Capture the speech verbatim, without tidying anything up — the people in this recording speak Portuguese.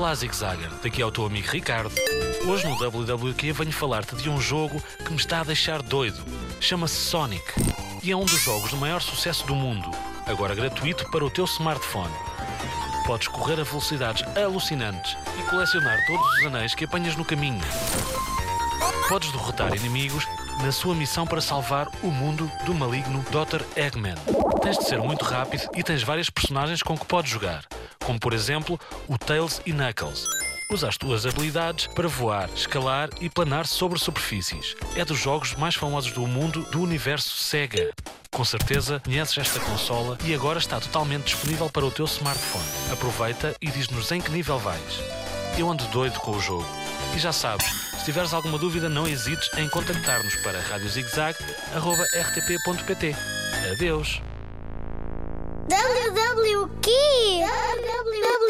Olá, Zigzagger, daqui é o teu amigo Ricardo. Hoje no W W Q venho falar-te de um jogo que me está a deixar doido. Chama-se Sonic e é um dos jogos de maior sucesso do mundo, agora gratuito para o teu smartphone. Podes correr a velocidades alucinantes e colecionar todos os anéis que apanhas no caminho. Podes derrotar inimigos na sua missão para salvar o mundo do maligno doutor Eggman. Tens de ser muito rápido e tens várias personagens com que podes jogar, como por exemplo o Tails e Knuckles. Usa as tuas habilidades para voar, escalar e planar sobre superfícies. É dos jogos mais famosos do mundo do universo Sega. Com certeza conheces esta consola e agora está totalmente disponível para o teu smartphone. Aproveita e diz-nos em que nível vais. Eu ando doido com o jogo. E já sabes, se tiveres alguma dúvida, não hesites em contactar-nos para rádio zigzag arroba r t p ponto p t. Adeus! W W Q